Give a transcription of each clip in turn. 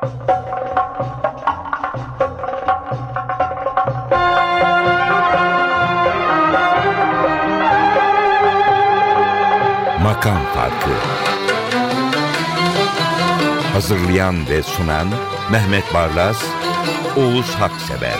Makam Farkı. Hazırlayan ve sunan Mehmet Barlas, Oğuz Haksever.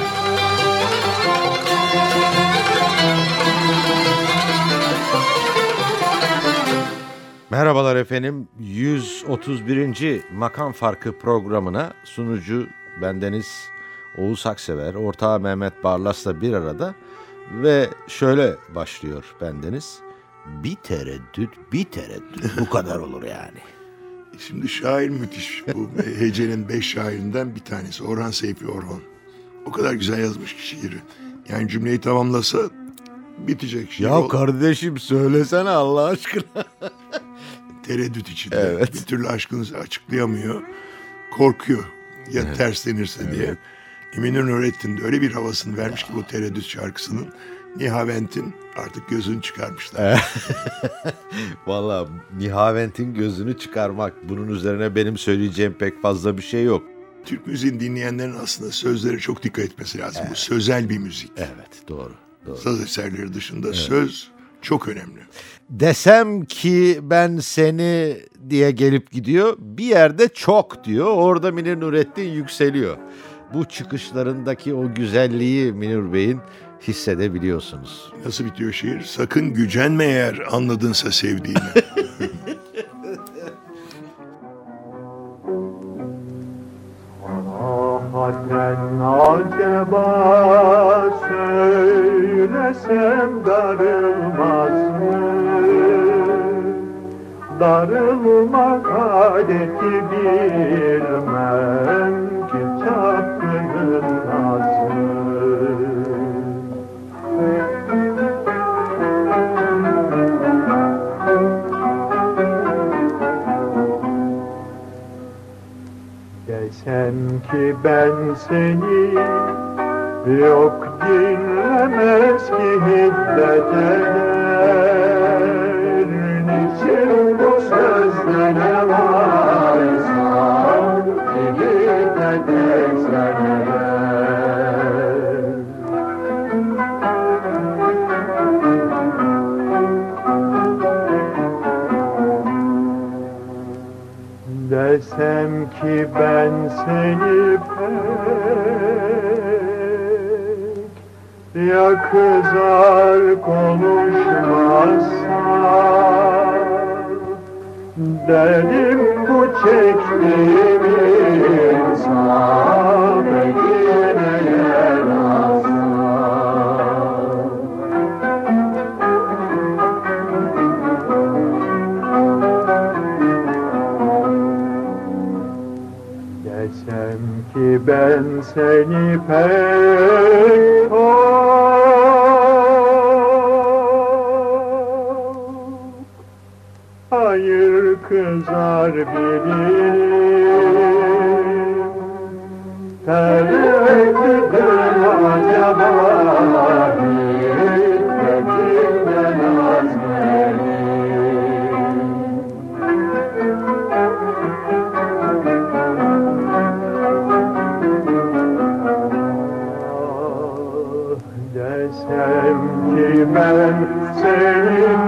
Merhabalar efendim. 131. Makam Farkı programına sunucu bendeniz Oğuz Haksever, ortağı Mehmet Barlas'la bir arada ve şöyle başlıyor bendeniz. Bir tereddüt. Bu kadar olur yani. Şimdi şair müthiş. Bu hecenin 5 şairinden bir tanesi. Orhan Seyfi Orhan. O kadar güzel yazmış ki şiiri. Yani cümleyi tamamlasa bitecek şiir. Ya kardeşim söylesene Allah aşkına. Tereddüt içinde. Evet. Bir türlü aşkını açıklayamıyor. Korkuyor. Ya terslenirse diye. Eminönü Nurettin de öyle bir havasını vermiş ki bu tereddüt şarkısının. Nihavent'in artık gözünü çıkarmışlar. Vallahi Nihavent'in gözünü çıkarmak. Bunun üzerine benim söyleyeceğim pek fazla bir şey yok. Türk müziğini dinleyenlerin aslında sözlere çok dikkat etmesi lazım. Bu sözel bir müzik. Evet, doğru. Saz eserleri dışında söz çok önemli. Desem ki ben seni diye gelip gidiyor. Bir yerde çok diyor. Orada Münir Nurettin yükseliyor. Bu çıkışlarındaki o güzelliği Münir Bey'in hissedebiliyorsunuz. Nasıl bitiyor şiir? Sakın gücenme eğer anladınsa sevdiğini. Sarahaten acaba söylesem darılmaz mı? Darılmak adeti bilmem ki çapkının nazı. Desem ki ben seni yok dinlemez ki hiddet eder. Niçin bu sözde ne varsa hiddet eder. Desem ki ben seni pek ya kızar konuşmazsan, dedim bu çektiğim insan yine yaramaz. Desem ki ben seni pek çok, hayır kızar bilirim. Tereddüdüm acaba hiddetinden azmerim. Desem ki ben senin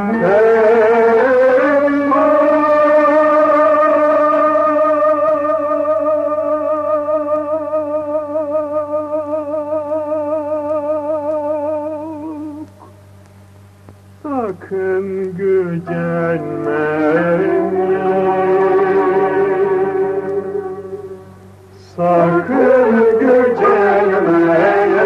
sakın gücenme, sakın gücenme.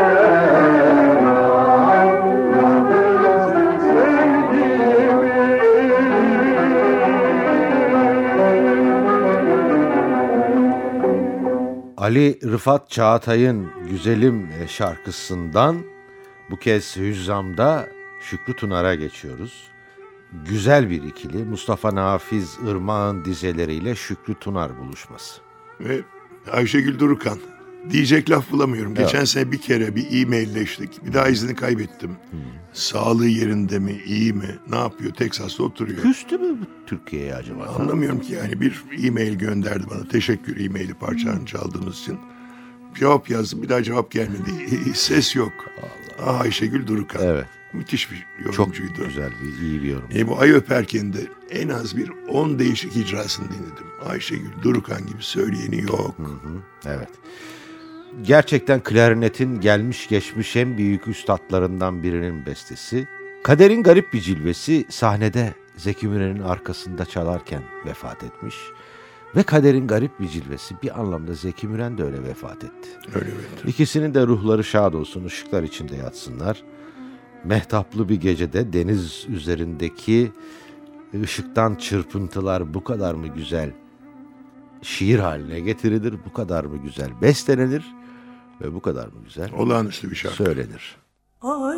Ali Rıfat Çağatay'ın Güzelim şarkısından bu kez Hüzzam'da Şükrü Tunar'a geçiyoruz. Güzel bir ikili, Mustafa Nafiz Irmak'ın dizeleriyle Şükrü Tunar buluşması. Ve Ayşegül Durukan Diyecek laf bulamıyorum. Geçen sene bir kere bir e-mailleştik. Bir daha izini kaybettim. Sağlığı yerinde mi, iyi mi, ne yapıyor? Teksas'ta oturuyor. Küstü mü Türkiye'ye acaba? Anlamıyorum ki yani. Bir e-mail gönderdi bana. Teşekkür e-maili parçalarını çaldığınız için. Cevap yazdım. Bir daha cevap gelmedi. Ses yok. Ayşegül Durukan. Evet. Müthiş bir Çok yorumcuydu. güzel, iyi bir yorum. Bu Ay Öperken de en az bir 10 değişik icrasını dinledim. Ayşegül Durukan gibi söyleyeni yok. Evet. Gerçekten klarnetin gelmiş geçmiş en büyük üstadlarından birinin bestesi. Kader'in garip bir cilvesi sahnede Zeki Müren'in arkasında çalarken vefat etmiş. Ve Kader'in garip bir cilvesi bir anlamda Zeki Müren de öyle vefat etti. Öyle evet. İkisinin de ruhları şad olsun, ışıklar içinde yatsınlar. Mehtaplı bir gecede deniz üzerindeki ışıktan çırpıntılar bu kadar mı güzel şiir haline getirilir, bu kadar mı güzel bestelenir ve bu kadar mı güzel Olağanüstü bir şarkı. söylenir. Ay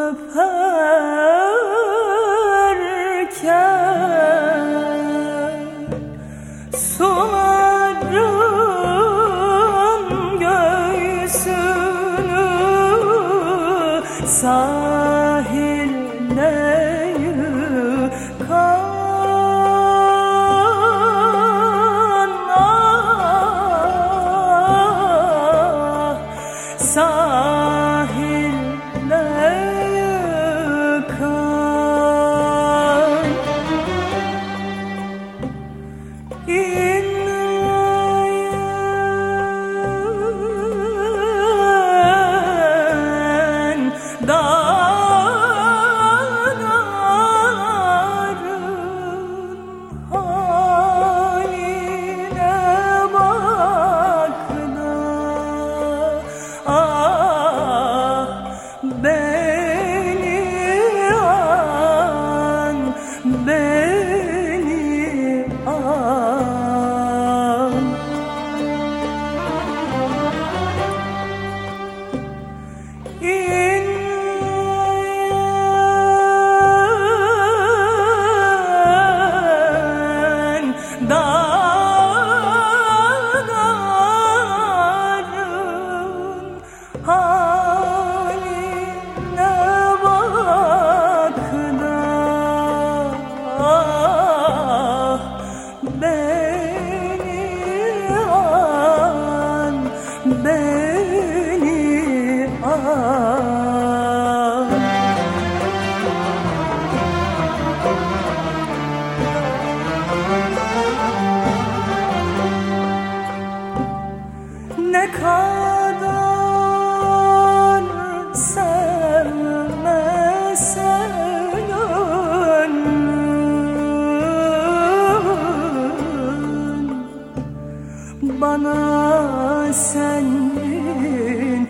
öperken suların göğsünü sahille yıkan sahille yıkan inleyen dağların haline bak da beni an, beni an. İnleyen dağların haline bak da beni an, beni an. Ne kadar sevmesen gönlüm bana sendin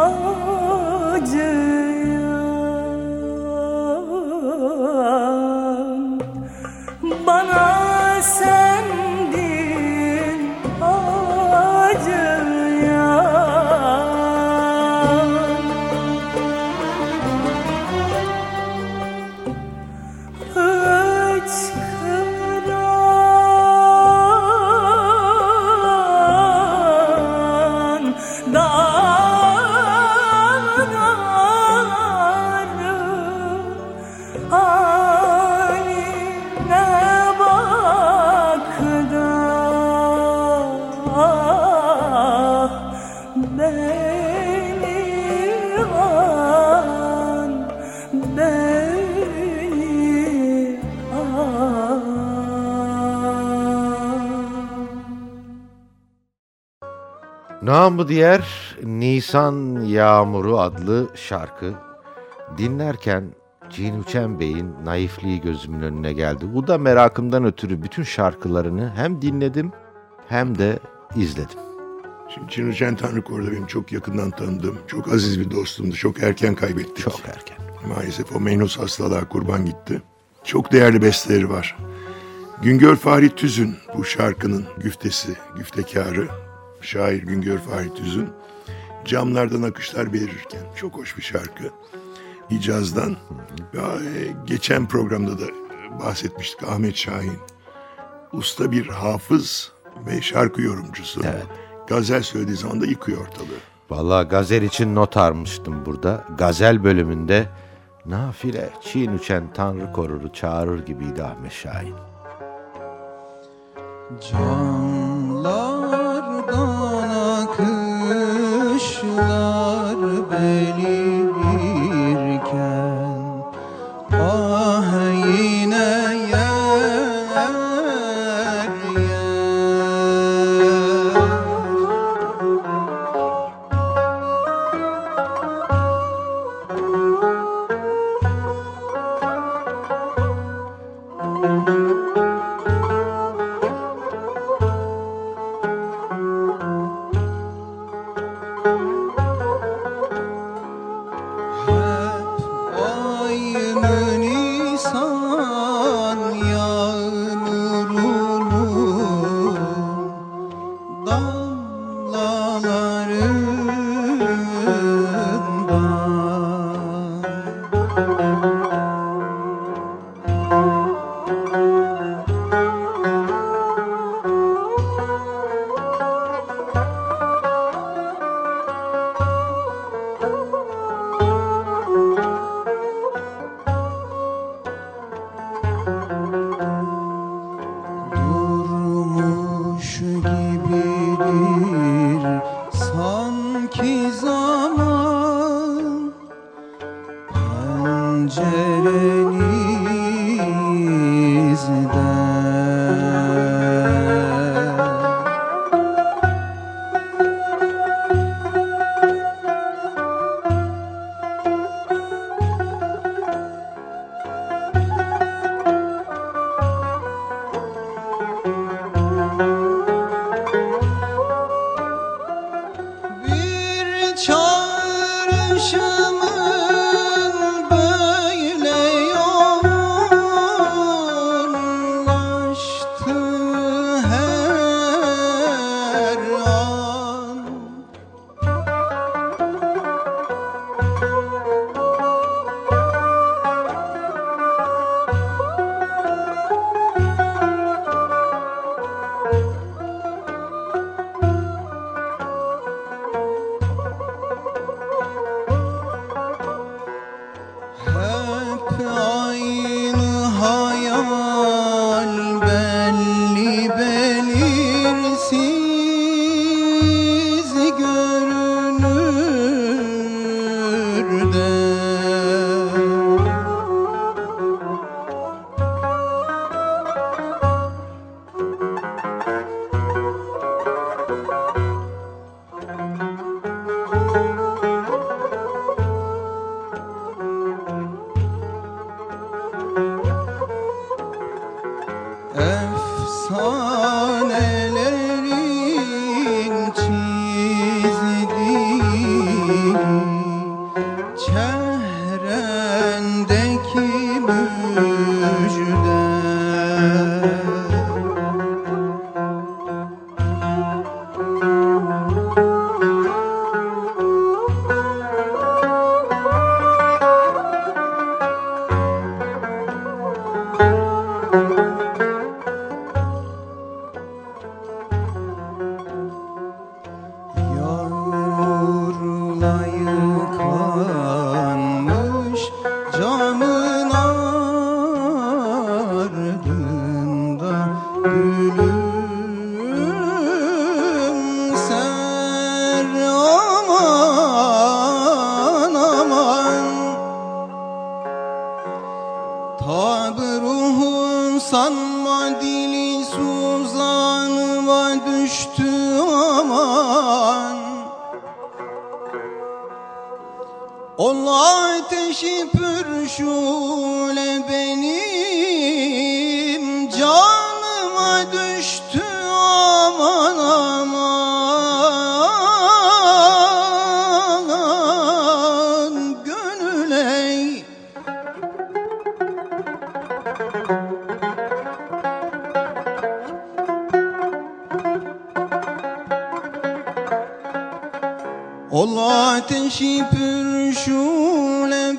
acıyan, bana sendin acıyan. Hıçkıran dağların haline bak da beni an, beni an. Namı diğer Nisan Yağmuru adlı şarkı dinlerken Cinüçen Bey'in naifliği gözümün önüne geldi. Bu da merakımdan ötürü bütün şarkılarını hem dinledim hem de izledim. Şimdi Cinüçen Tanrıkor'da benim çok yakından tanıdığım, çok aziz bir dostumdu. Çok erken kaybettik. Çok erken. Maalesef o menhus hastalığa kurban gitti. Çok değerli besteleri var. Güngör Fahri Tüzün bu şarkının güftesi, güftekarı. Şair Güngör Fahri Tüzün. Camlardan akışlar belirirken. Çok hoş bir şarkı. Hicaz'dan. Geçen programda da bahsetmiştik Ahmet Şahin. Usta bir hafız ve şarkı yorumcusu. Evet. gazel söylediği zaman da yıkıyor ortalığı. Vallahi gazel için not almıştım burada. Gazel bölümünde nafile, çiğn uçen tanrı koruru çağırır gibiydi Ahmet Şahin. Camlardan akışlar belirken ah yine yer yer. Aynı Nisan yağmurunun damlalarından durmuş gibidir sanki zaman pencerenizden. Bir çağrışımın böyle yoğunlaştı her an. Hep aynı hayal belli belirsiz görünür de efsanelerin çizdiği çehrendeki müjde. Yağmurla yıkanmış camın ardında gülümser aman aman. Tabi ruhun sanma dili suzanıma düştü aman. Allah ateşi pürşule benim canıma düştü aman aman. Gönül ey Allah ateşi pürşule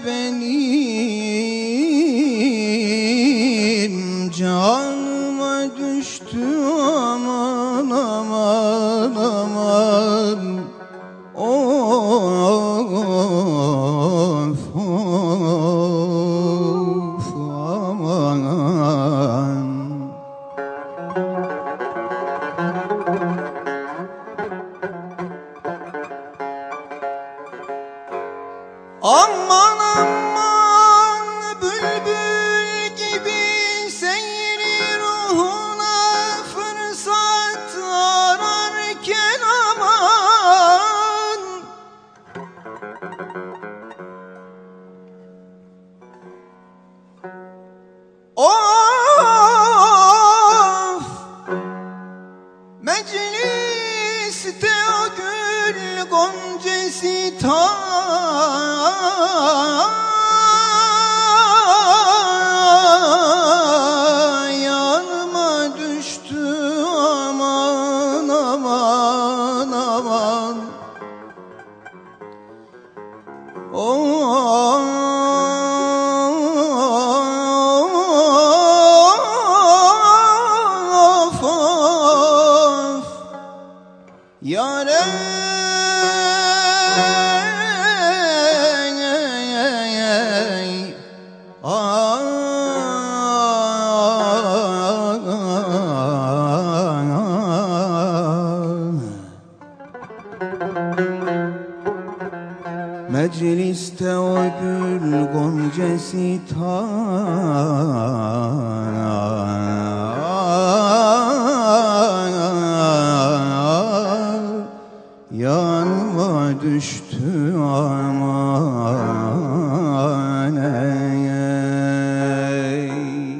benim canıma düştü aman aman aman. Aman aman bülbül gibi seyri ruhuna fırsat ararken aman of mecliste o gül goncesi yanıma düştü aman aman aman of of yâre mecliste o gül goncesi yanıma düştü aman ey.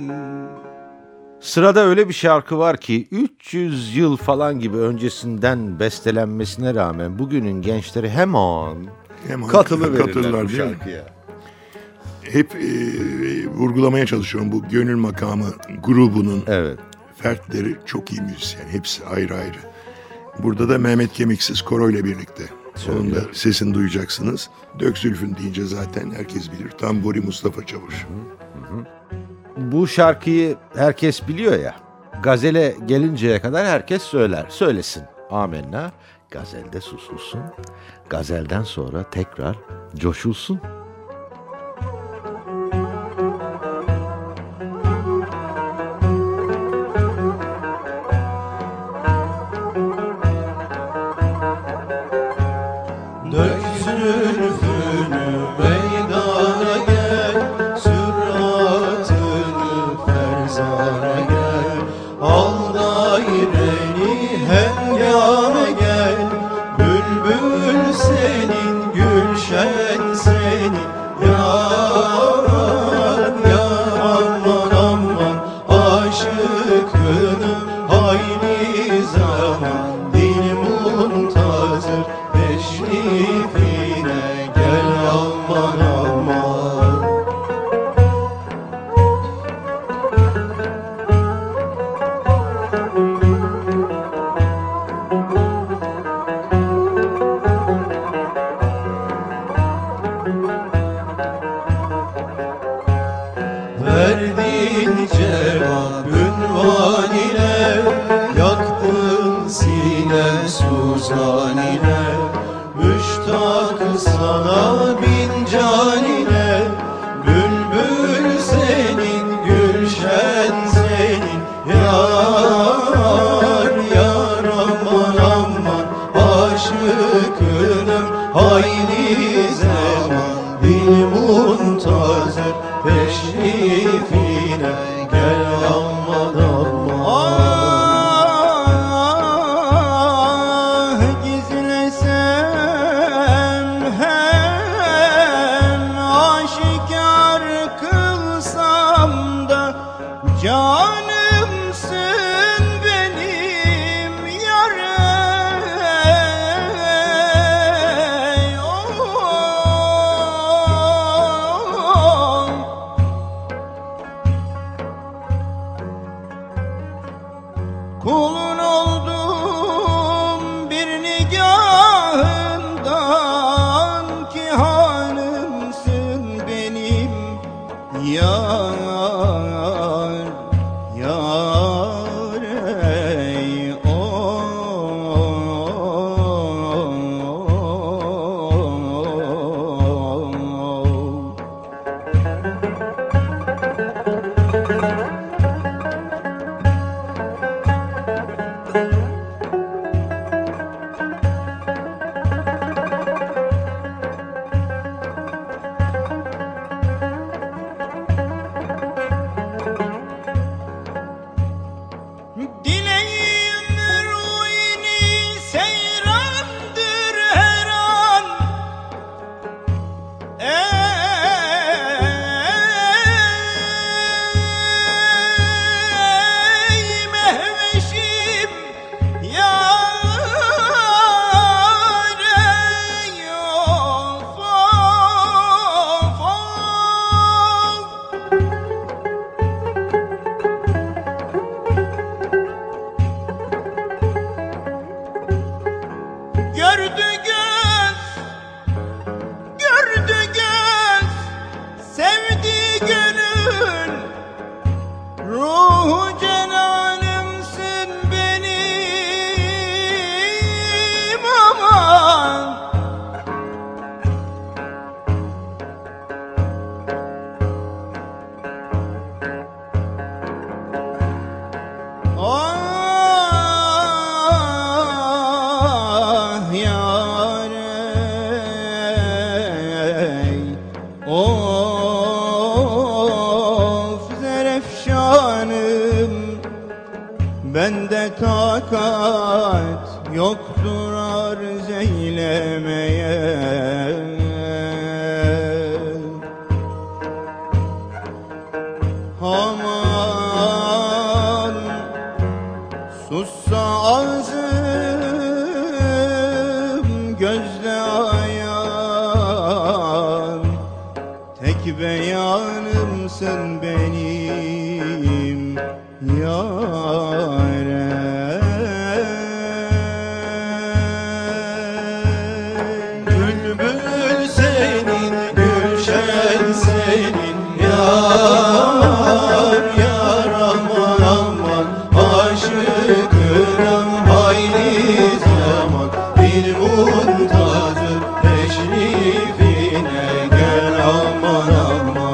Sırada öyle bir şarkı var ki 300 yıl falan gibi öncesinden bestelenmesine rağmen bugünün gençleri hemen katılıverirler katılırlar bu değil mi? şarkıya. Hep vurgulamaya çalışıyorum bu gönül makamı grubunun Evet. fertleri çok iyi müzisyen. Hepsi ayrı ayrı. Burada da Mehmet Kemiksiz Koro ile birlikte. Onun da sesini duyacaksınız. Dök Zülfün deyince zaten herkes bilir. Tamburi Mustafa Çavuş. Bu şarkıyı herkes biliyor ya. Gazele gelinceye kadar herkes söyler. Söylesin. Amenna. Gazelde susulsun. Gazelden sonra tekrar coşulsun. Dök zülfünü meydana gel, süratını ferzana gel. Al daireni hengame gel, bülbül senin, gülşen senin. Yar yar aman aman, aşıkınım hayli zaman. Dil muntazır teşrifine gel aman aman. Verdin cevap ünvan ile, yaktın sinem suzan ile. Müştak sana bin can ile, bülbül senin, gülşen senin. Yar yar aman aman, aşıkınım hayli zaman. Dil muntazır teşrifine gel aman aman. Ah gizlesem hem aşikar kılsam da canımsın benim yar ey. Oh, gördü göz, gördü göz, sevdi gönül, ruhu cenanımsın benim aman. Ah yarey, of Zerefşanım, bende takat yoktur arz eylemeye. Aman sussa ağzım, gözde ayan, tek beyanımsın benim yarey. Bülbül senin, gülşen senin, yar yar aman aman, aşıkınım hayli zaman, bir muntazır teşrifine gel aman aman.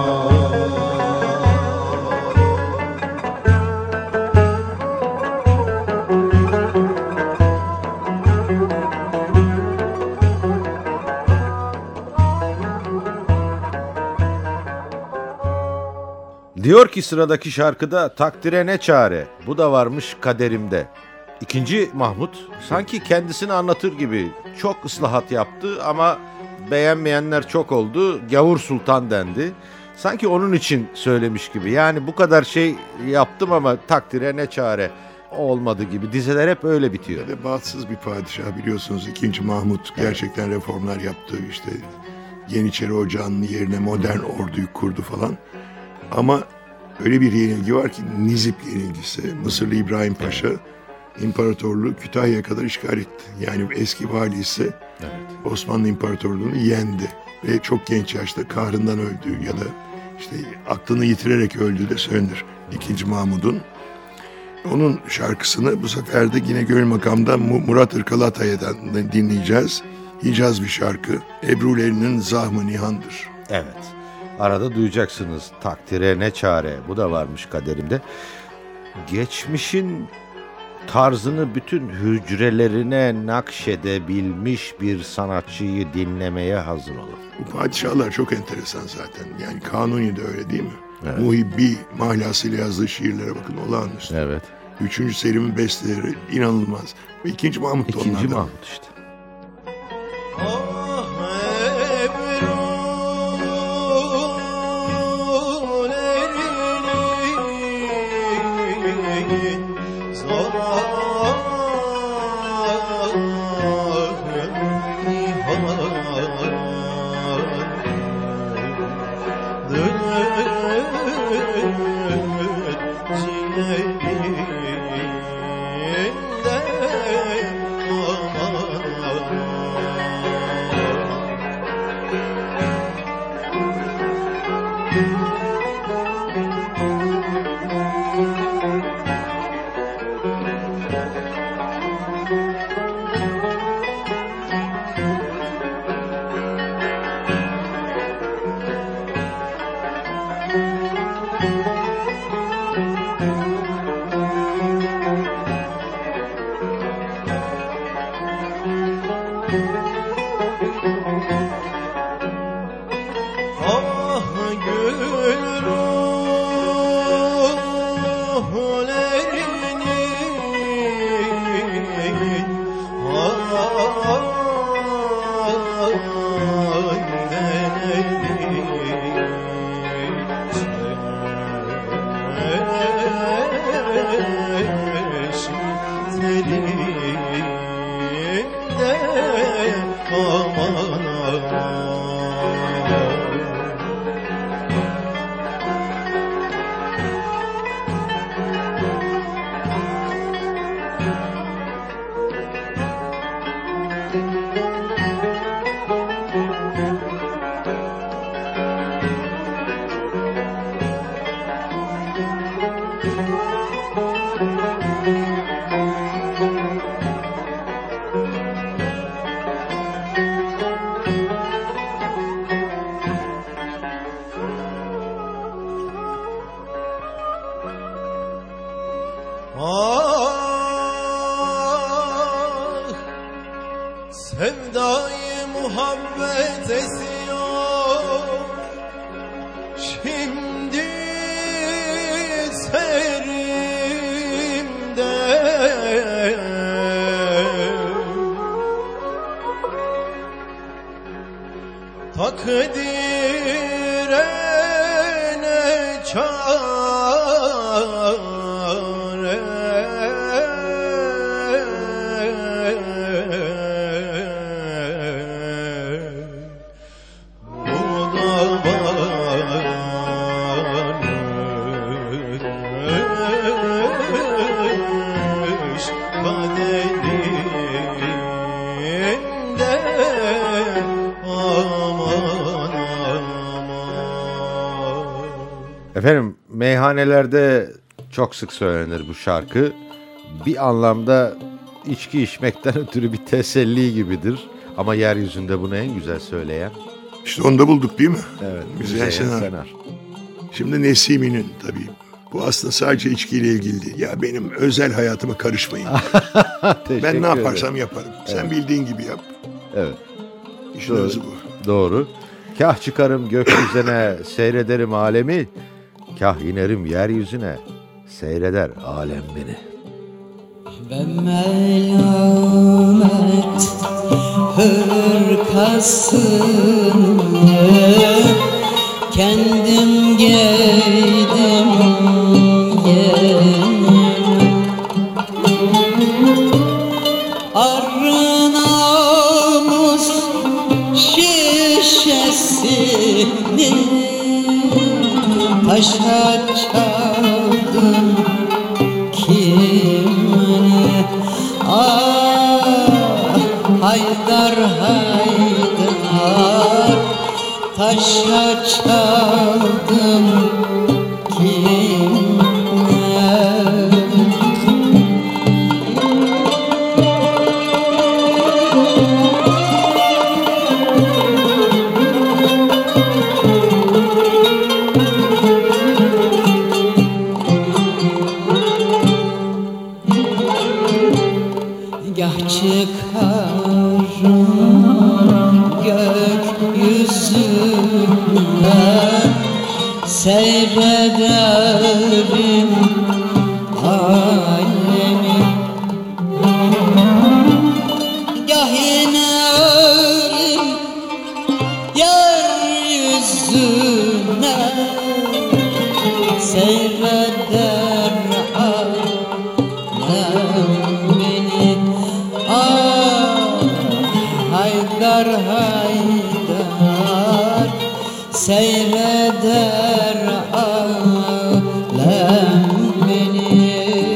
Diyor ki sıradaki şarkıda takdire ne çare, bu da varmış kaderimde. İkinci Mahmut sanki kendisini anlatır gibi çok ıslahat yaptı ama beğenmeyenler çok oldu. Gavur Sultan dendi. Sanki onun için söylemiş gibi. Yani bu kadar şey yaptım ama takdire ne çare olmadı gibi. Dizeler hep öyle bitiyor. Ve bağımsız bir padişah biliyorsunuz. 2. Mahmut gerçekten reformlar yaptı. İşte Yeniçeri Ocağı'nın yerine modern orduyu kurdu falan. Ama öyle bir yenilgi var ki Nizip yenilgisi. Mısırlı İbrahim Paşa imparatorluğu Kütahya'ya kadar işgal etti. Yani eski valisi Osmanlı İmparatorluğu'nu yendi. Ve çok genç yaşta kahrından öldü ya da işte aklını yitirerek öldüğü de söylenir 2. Mahmud'un. Onun şarkısını bu sefer de yine Gönül Makam'da Murat Irkalı Atay'dan dinleyeceğiz. Hicaz bir şarkı. Ebru'lerinin zahmı nihandır. Evet. Arada duyacaksınız takdire ne çare, bu da varmış kaderimde. Geçmişin tarzını bütün hücrelerine nakşedebilmiş bir sanatçıyı dinlemeye hazır olun. Bu padişahlar çok enteresan zaten. Yani Kanuni de öyle değil mi? Evet. Muhibbi mahlasıyla yazdığı şiirlere bakın, olağanüstü. Evet. 3. Selim'in besteleri inanılmaz. Ve 2. Mahmut da İkinci onlardan. Mahmut işte. Ah Ebru'lerini aman. Sevdayı muhabbet esiyor şimdi serimde. Takdire ne çare, bu da varmış kaderinde. Aman aman. Efendim, meyhanelerde çok sık söylenir bu şarkı. Bir anlamda içki içmekten ötürü bir teselli gibidir. Ama yeryüzünde bunu en güzel söyleyen, İşte onu da bulduk değil mi? evet, Müzeyyen Müzeyyen Senar. Senar. Şimdi Nesimi'nin tabii. Bu aslında sadece içkiyle ilgili değil. Ya benim özel hayatıma karışmayın. Teşekkür Ben ne ederim. yaparsam yaparım. Sen bildiğin gibi yap. Evet, İşin Doğru. özü bu. doğru. Kah çıkarım gökyüzüne, seyrederim alemi. Kah inerim yeryüzüne, seyreder alem beni. Ve melamet hırkasını kendim giydim gene. Arı namus şişesini taşa çaldım kimine. Ah Haydar Haydar, taşa çaldım kimine. Gah çıkarım gökyüzüne, seyrederim alemi. Gah inerim yeryüzüne, seyreder beni. Ah Haydar Haydar, seyreder alem beni.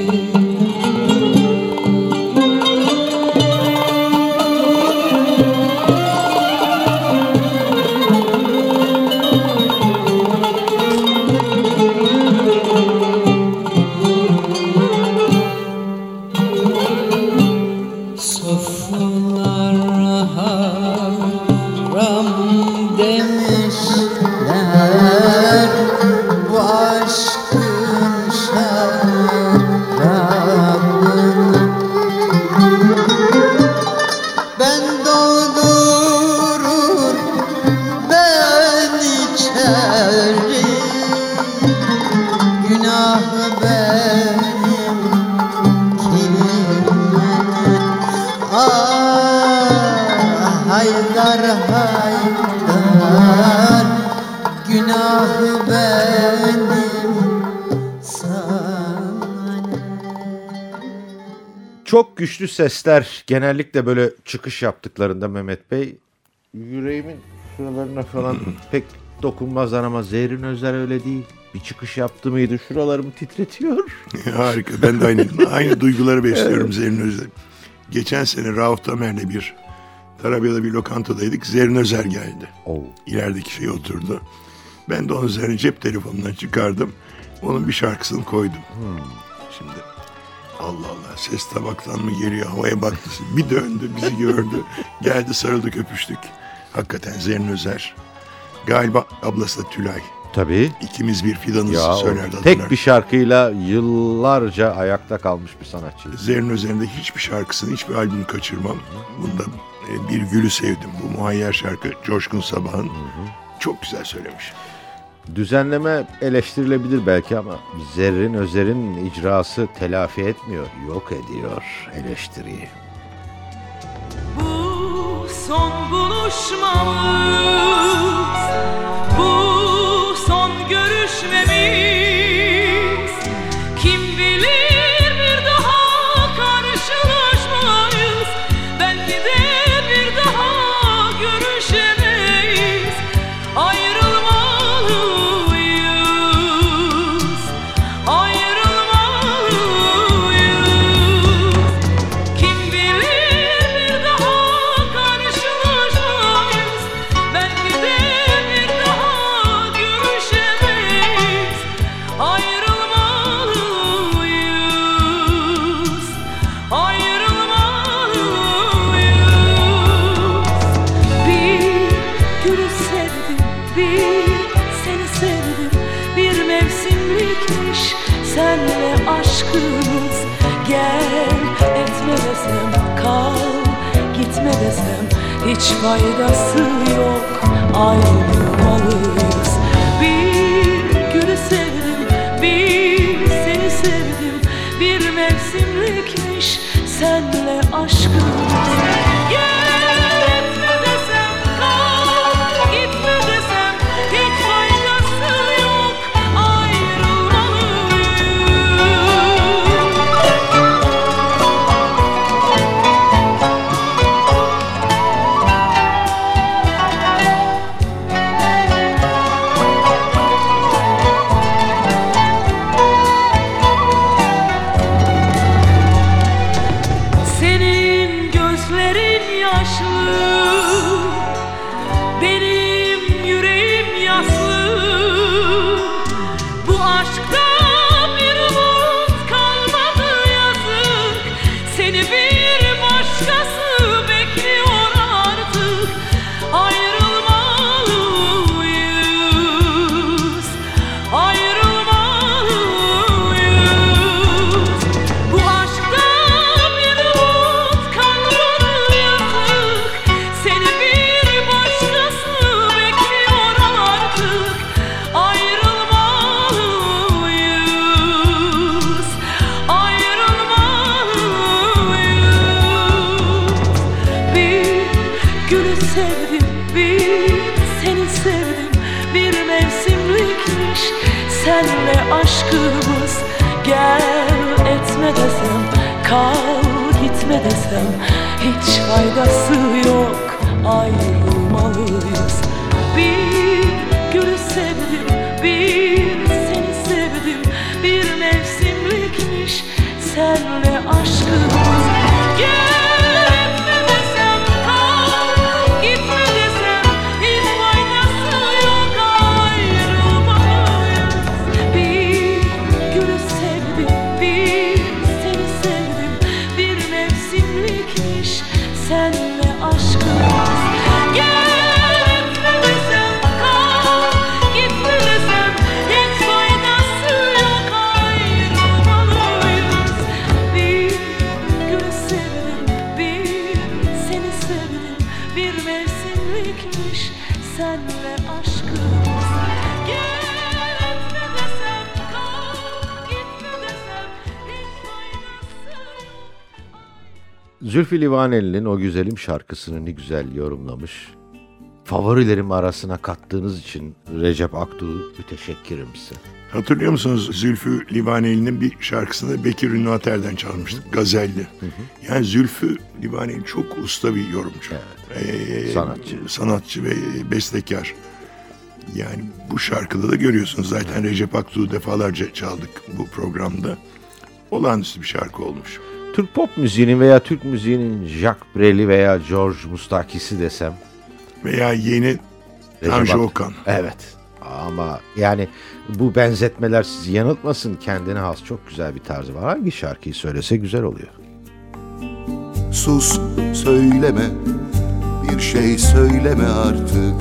Soflar haram demişler, bu aşkın şarabını ben doldurur ben içerim, günahı benim kimine. Ah Haydar Haydar, günahı benim sana ne? Çok güçlü sesler genellikle böyle çıkış yaptıklarında Mehmet Bey, yüreğimin şuralarına falan pek dokunmazlar ama Zerrin Özer öyle değil. Bir çıkış yaptı mıydı şuralarımı titretiyor. Harika. Ben de aynı duyguları besliyorum Zerrin Özer. Geçen sene Rauf Tamer'le bir Tarabya'da bir lokantadaydık. Zerrin Özer geldi. Oh. İlerideki şeye oturdu. Ben de onun üzerine cep telefonundan çıkardım. Onun bir şarkısını koydum. Şimdi Allah Allah, ses tabaktan mı geliyor, havaya baktı. Bir döndü, bizi gördü. Geldi, sarıldık, öpüştük. Hakikaten Zerrin Özer. Galiba ablası da Tülay. Tabii. İkimiz bir fidanız Ya, söylerdi. tek hatırlar. bir şarkıyla yıllarca ayakta kalmış bir sanatçı. Zerrin Özer'in de hiçbir şarkısını, hiçbir albümünü kaçırmam. Bunda Bir Gülü Sevdim. Bu muhayyer şarkı Coşkun Sabah'ın. Çok güzel söylemiş. Düzenleme eleştirilebilir belki ama Zerrin Özer'in icrası telafi etmiyor, yok ediyor eleştiriyi. Bu son buluşmamız, bu son görüşmemiz, kim bilir bir daha karşılaşmayız, belki de bir daha görüşemeyiz, ayrılmalıyız, ayrılmalıyız, kim bilir bir daha karşılaşmayız, belki de bir daha görüşemeyiz, ayrılmalıyız, ayrılmalıyız. Bir gülü sevdim, bir seni sevdim, bir mevsimlikmiş senle aşkımız. Gel etme desem, kal gitme desem, hiç faydası yok, ayrılmalıyız. Bir gülü sevdim, bir seni sevdim, bir mevsimlikmiş senle aşkımız. Gel etme desem, kal gitme desem, hiç faydası yok, ayrılmalıyız. Senin gözlerin yaşlı, benim yüreğim yaslı. Bu aşkta bir umut kalmadı yazık, seni bir başkası bekliyor artık, ayrılmalıyız, ayrılmalıyız. Bu aşkta bir umut kalmadı yazık, seni bir başkası bekliyor artık, ayrılmalıyız, ayrılmalıyız. Bir gülü sevdim, bir seni sevdim, bir mevsimlikmiş senle aşkımız. Gel etme desem, kal gitme desem, hiç faydası yok, ayrılmalıyız. Bir gülü sevdim, bir seni sevdim, bir mevsimlikmiş senle aşkımız. Gel etme desem, kal gitme desem, hiç faydası yok, ayrılmalıyız. Bir gülü sevdim, bir seni sevdim, bir mevsimlikmiş senle aşkımız. Gel etme desem, kal gitme desem, hiç faydası yok, ayrılmalıyız. Bir gülü sevdim, bir seni sevdim, bir mevsimlikmiş senle aşkımız. Gel etme desem, kal gitme desem, hiç faydası yok. Zülfü Livaneli'nin O Güzelim şarkısını ne güzel yorumlamış. Favorilerim arasına kattığınız için Recep Aktuğ müteşekkirim size. Hatırlıyor musunuz Zülfü Livaneli'nin bir şarkısını Bekir Ünlü Ater'den çalmıştık. Gazelli. Yani Zülfü Livaneli çok usta bir yorumcu. Sanatçı ve bestekar. Yani bu şarkıda da görüyorsunuz zaten Recep Aktuğ'u defalarca çaldık bu programda. Olağanüstü bir şarkı olmuş. Türk pop müziğinin veya Türk müziğinin Jacques Brel'i veya George Mustakis'i desem. Veya yeni Tanju Okan. Evet. Ama yani bu benzetmeler sizi yanıltmasın. Kendine has çok güzel bir tarzı var. Hangi şarkıyı söylese güzel oluyor. Sus, söyleme, bir şey söyleme artık.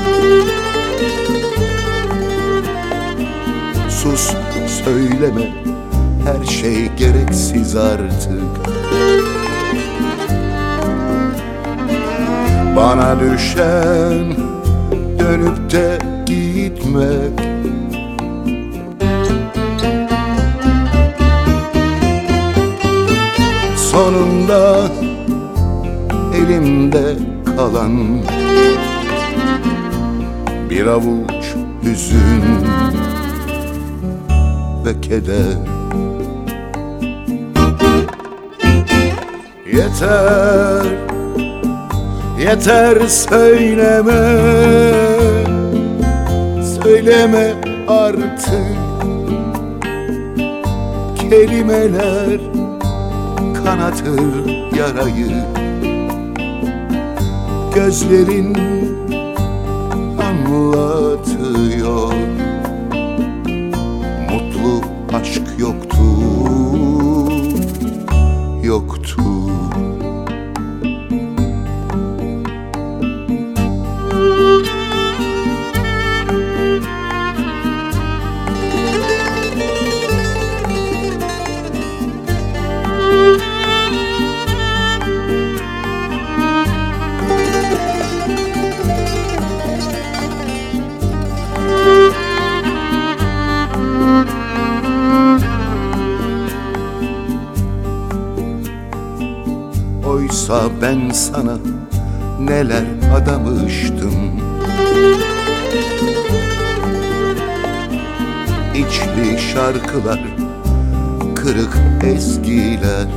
Sus, söyleme, her şey gereksiz artık. Bana düşen dönüp de gitmek. Sonunda elimde kalan bir avuç hüzün ve keder. Yeter, yeter söyleme, söyleme artık. Kelimeler kanatır yarayı, gözlerin anlatıyor. Mutlu aşk yoktur, yoktur. Oysa ben sana neler adamıştım. İçli şarkılar, kırık ezgiler.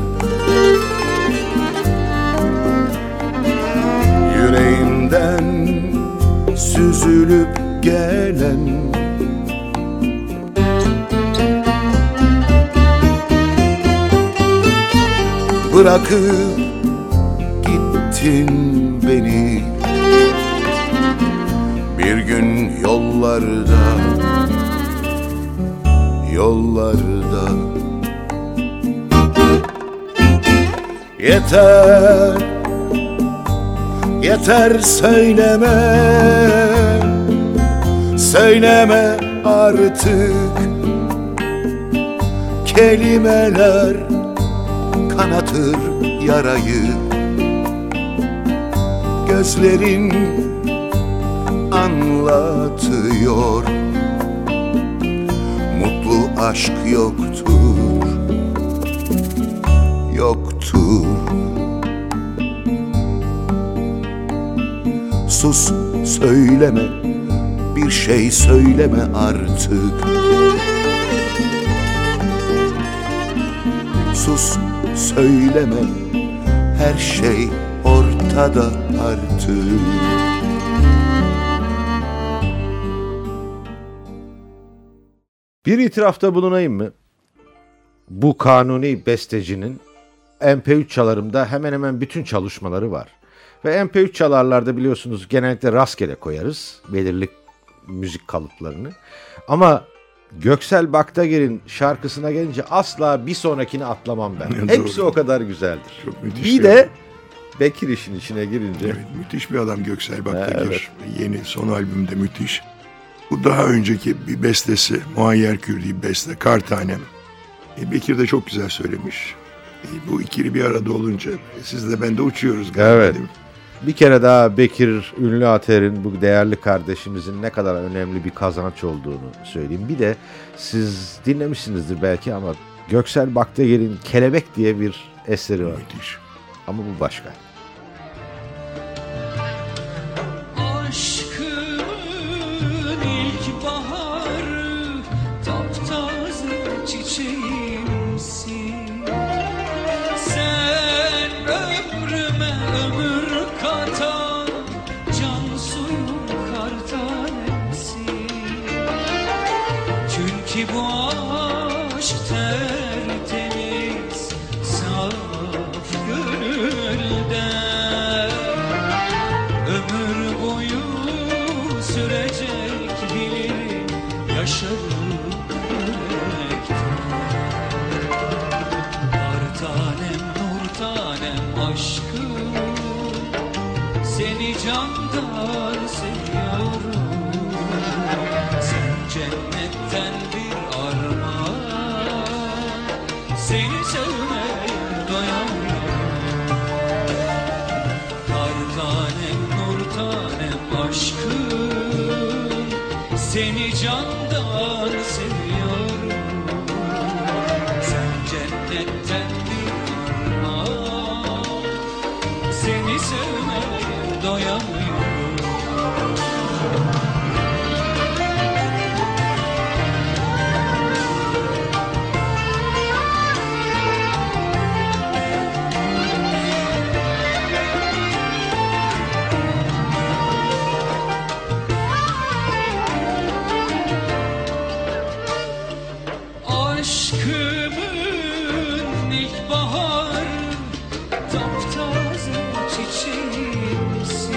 Yüreğimden süzülüp gelen bırakıp gittin beni. Bir gün yollarda, yollarda. Yeter, yeter söyleme, söyleme artık. Kelimeler kanatır yarayı, gözlerin anlatıyor. Mutlu aşk yoktur, yoktur. Sus söyleme, bir şey söyleme artık. Sus söyleme, her şey ortada artık. Bir itirafta bulunayım mı? Bu kanuni bestecinin MP3 çalarımda hemen hemen bütün çalışmaları var. Ve MP3 çalarlarda biliyorsunuz genellikle rastgele koyarız belirli müzik kalıplarını. Ama Göksel Baktagir'in şarkısına gelince asla bir sonrakini atlamam ben. Hepsi Doğru. o kadar güzeldir. Çok müthiş. Bir de Bekir işin içine girince. Evet, müthiş bir adam Göksel Baktagir. Evet. Yeni son albümde müthiş. Bu daha önceki bir bestesi, Muayyer Kürdi beste, Kar Tanem. Bekir de çok güzel söylemiş. Bu ikili bir arada olunca siz de ben de uçuyoruz galiba. Evet. Değil mi? Bir kere daha Bekir Ünlü Ater'in, bu değerli kardeşimizin ne kadar önemli bir kazanç olduğunu söyleyeyim. Bir de siz dinlemişsinizdir belki ama Göksel Baktagir'in Kelebek diye bir eseri var. Müthiş. Ama bu başka. Aşkın ilk baharı, taptaze çiçeğimsin. Sen ömrüme ömür katan can suyu kar tanemsin. Çünkü bu aşk tertemiz, saf gönülden. Ömür boyu sürecek bilirim, yaşarım yürekten. Kar tanem, nur tanem aşkım, seni candan seviyorum. Sen cennetten bir armağan, seni sevmeye doyamıyorum. Kar tanem, tanem aşkım, seni candan seviyorum. Sen cennetten bir armağan, seni sevmeye doyamıyorum. Aşkımın ilkbahar taptaze çiçeğimsin.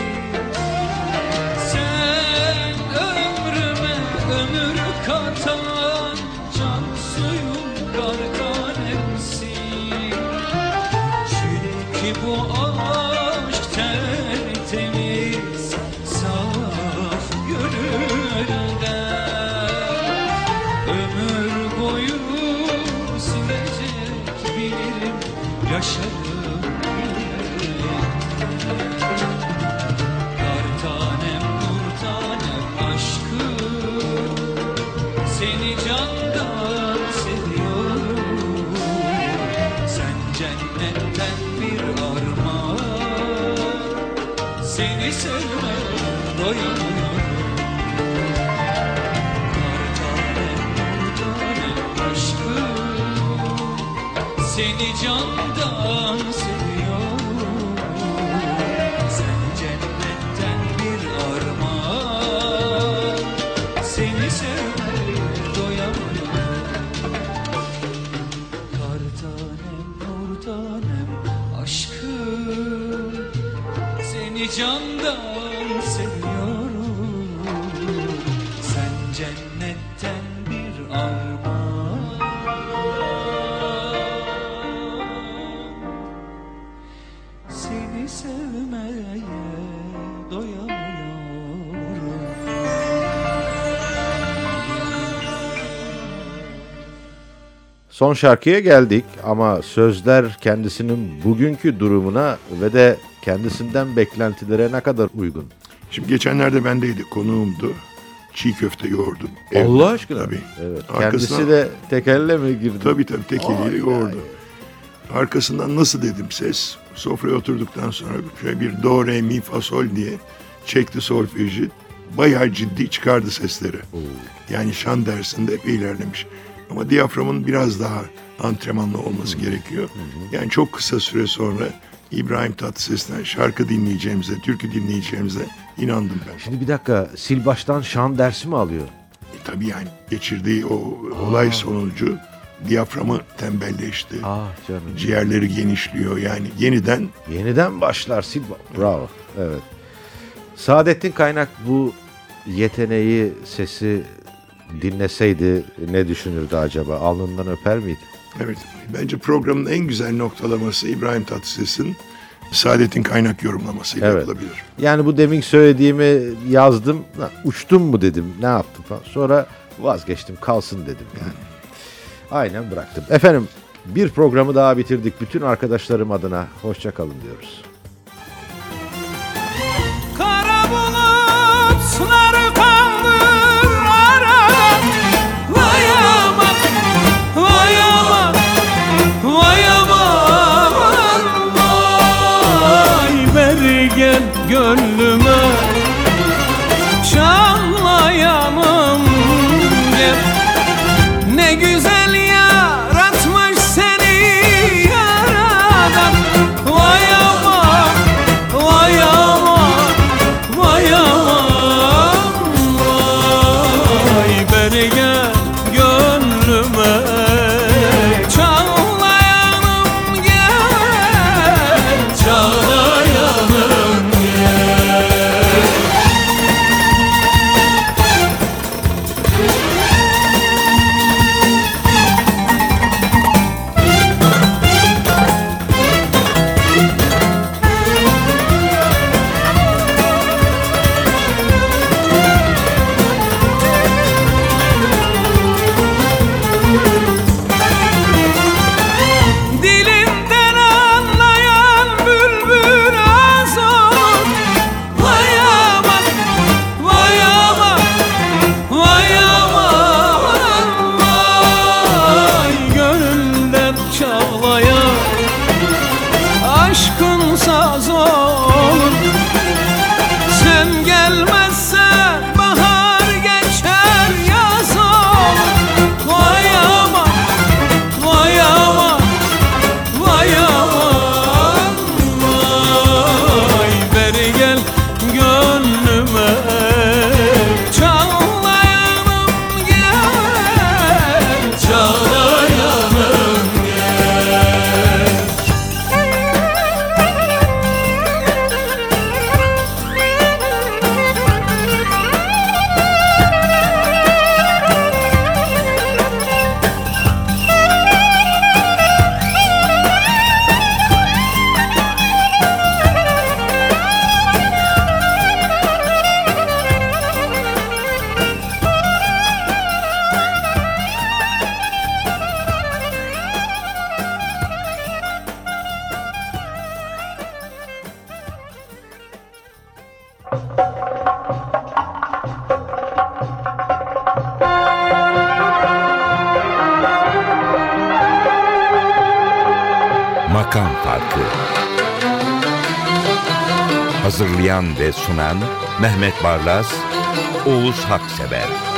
Sen ömrüme ömür katan can suyum, kar tanemsin. Çünkü bu aşk tertemiz, saf gönülden. Ömür boyu silecek bilirim yaşadığım yüreğimde. Kar tanem, nur tanem aşkım, seni candan seviyorum. Sen cennetten bir armağan, seni sevmeye doyamıyorum. Seni candan seviyorum. Sen cennetten bir armağan, seni sevmeye doyamıyorum. Kar tanem, nur tanem aşkım, seni candan seviyorum. Sen cennetten bir armağan, seni sevmeye doyamıyorum. Son şarkıya geldik ama sözler kendisinin bugünkü durumuna ve de kendisinden beklentilere ne kadar uygun? Şimdi geçenlerde bendeydi, konuğumdu. Çiğ köfte yoğurdum. evde. Allah aşkına. Tabii. Evet. Arkasına- Kendisi de tek elle mi girdi? Tabii tek eliyle Ay, yoğurdu. Arkasından nasıl dedim ses. Sofraya oturduktan sonra şöyle bir do, re, mi, fa, sol diye çekti solfeji. Bayağı ciddi çıkardı sesleri. Yani şan dersinde epey ilerlemiş. Ama diyaframın biraz daha antrenmanlı olması gerekiyor. Yani çok kısa süre sonra İbrahim Tatlıses'ten şarkı dinleyeceğimize, türkü dinleyeceğimize inandım ben. Şimdi bir dakika, sil baştan şan dersi mi alıyor? Tabii yani geçirdiği o olay sonucu diyaframı tembelleşti. Canım. Ciğerleri genişliyor, yani yeniden Başlar sil. Bravo. Evet. Saadettin Kaynak bu yeteneği, sesi dinleseydi ne düşünürdü acaba? Alnından öper miydi? evet, bence programın en güzel noktalaması İbrahim Tatlıses'in Saadettin Kaynak yorumlamasıyla Evet. yapılabilir. Yani bu demin söylediğimi yazdım. Uçtum mu dedim. Ne yaptım falan. Sonra vazgeçtim. Kalsın dedim yani. Aynen bıraktım. Efendim, bir programı daha bitirdik. Bütün arkadaşlarım adına hoşça kalın diyoruz. Kara bulutlar kaldır arada. Vay aman, vay aman, vay aman, vay. Ver gel gönlüme, çağlayanım gel. Ne güzel yaratmış seni yaradan. Vay aman, vay aman, vay aman, vay. Beri gel gönlüme, çağlayanım gel, çağlayanım gel. gönlüme. Çağlayanım gel, çağlayanım gel. Makam Farkı. Hazırlayan ve sunan Mehmet Barlas, Oğuz Haksever.